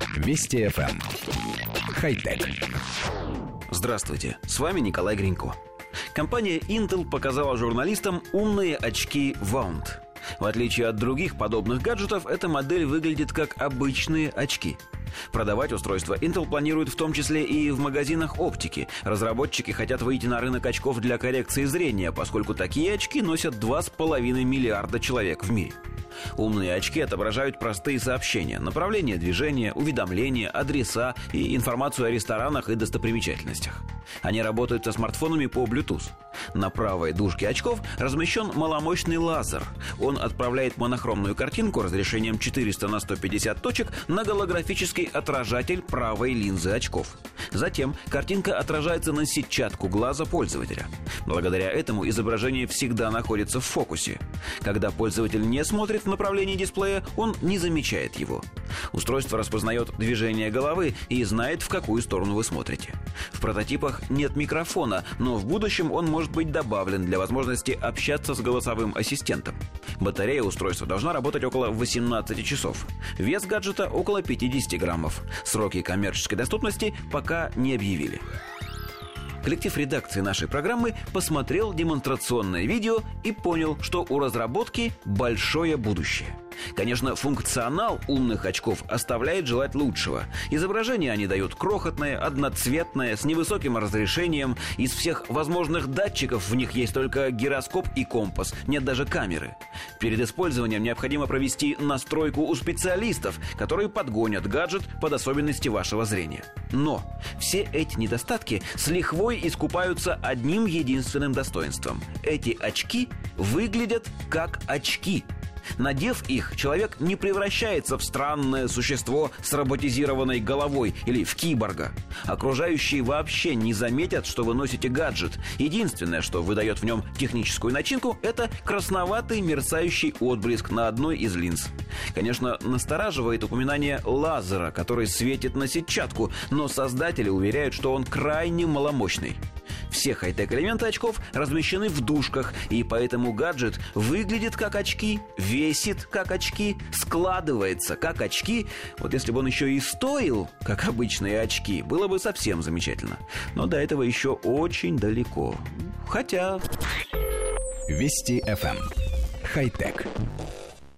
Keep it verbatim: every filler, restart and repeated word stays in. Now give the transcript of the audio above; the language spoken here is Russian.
Вести эф эм. Хай-тек. Здравствуйте, с вами Николай Гринько. Компания Intel показала журналистам умные очки Wound. В отличие от других подобных гаджетов, эта модель выглядит как обычные очки. Продавать устройство Intel планирует в том числе и в магазинах оптики. Разработчики хотят выйти на рынок очков для коррекции зрения, поскольку такие очки носят два с половиной миллиарда человек в мире. Умные очки отображают простые сообщения, направление движения, уведомления, адреса и информацию о ресторанах и достопримечательностях. Они работают со смартфонами по Bluetooth. На правой дужке очков размещен маломощный лазер. Он отправляет монохромную картинку разрешением четыреста на сто пятьдесят точек на голографический отражатель правой линзы очков. Затем картинка отражается на сетчатку глаза пользователя. Благодаря этому изображение всегда находится в фокусе. Когда пользователь не смотрит в направлении дисплея, он не замечает его. Устройство распознает движение головы и знает, в какую сторону вы смотрите. В прототипах нет микрофона, но в будущем он может быть добавлен для возможности общаться с голосовым ассистентом. Батарея устройства должна работать около восемнадцати часов. Вес гаджета около пятидесяти граммов. Сроки коммерческой доступности пока не объявили. Коллектив редакции нашей программы посмотрел демонстрационное видео и понял, что у разработки большое будущее. Конечно, функционал умных очков оставляет желать лучшего. Изображение они дают крохотное, одноцветное, с невысоким разрешением. Из всех возможных датчиков в них есть только гироскоп и компас, нет даже камеры. Перед использованием необходимо провести настройку у специалистов, которые подгонят гаджет под особенности вашего зрения. Но все эти недостатки с лихвой искупаются одним единственным достоинством. Эти очки выглядят как очки. Надев их, человек не превращается в странное существо с роботизированной головой или в киборга. Окружающие вообще не заметят, что вы носите гаджет. Единственное, что выдает в нем техническую начинку, это красноватый мерцающий отблеск на одной из линз. Конечно, настораживает упоминание лазера, который светит на сетчатку, но создатели уверяют, что он крайне маломощный. Все хай-тек-элементы очков размещены в дужках, и поэтому гаджет выглядит как очки, весит как очки, складывается как очки. Вот если бы он еще и стоил, как обычные очки, было бы совсем замечательно. Но до этого еще очень далеко. Хотя... Вести эф эм. Хай-тек.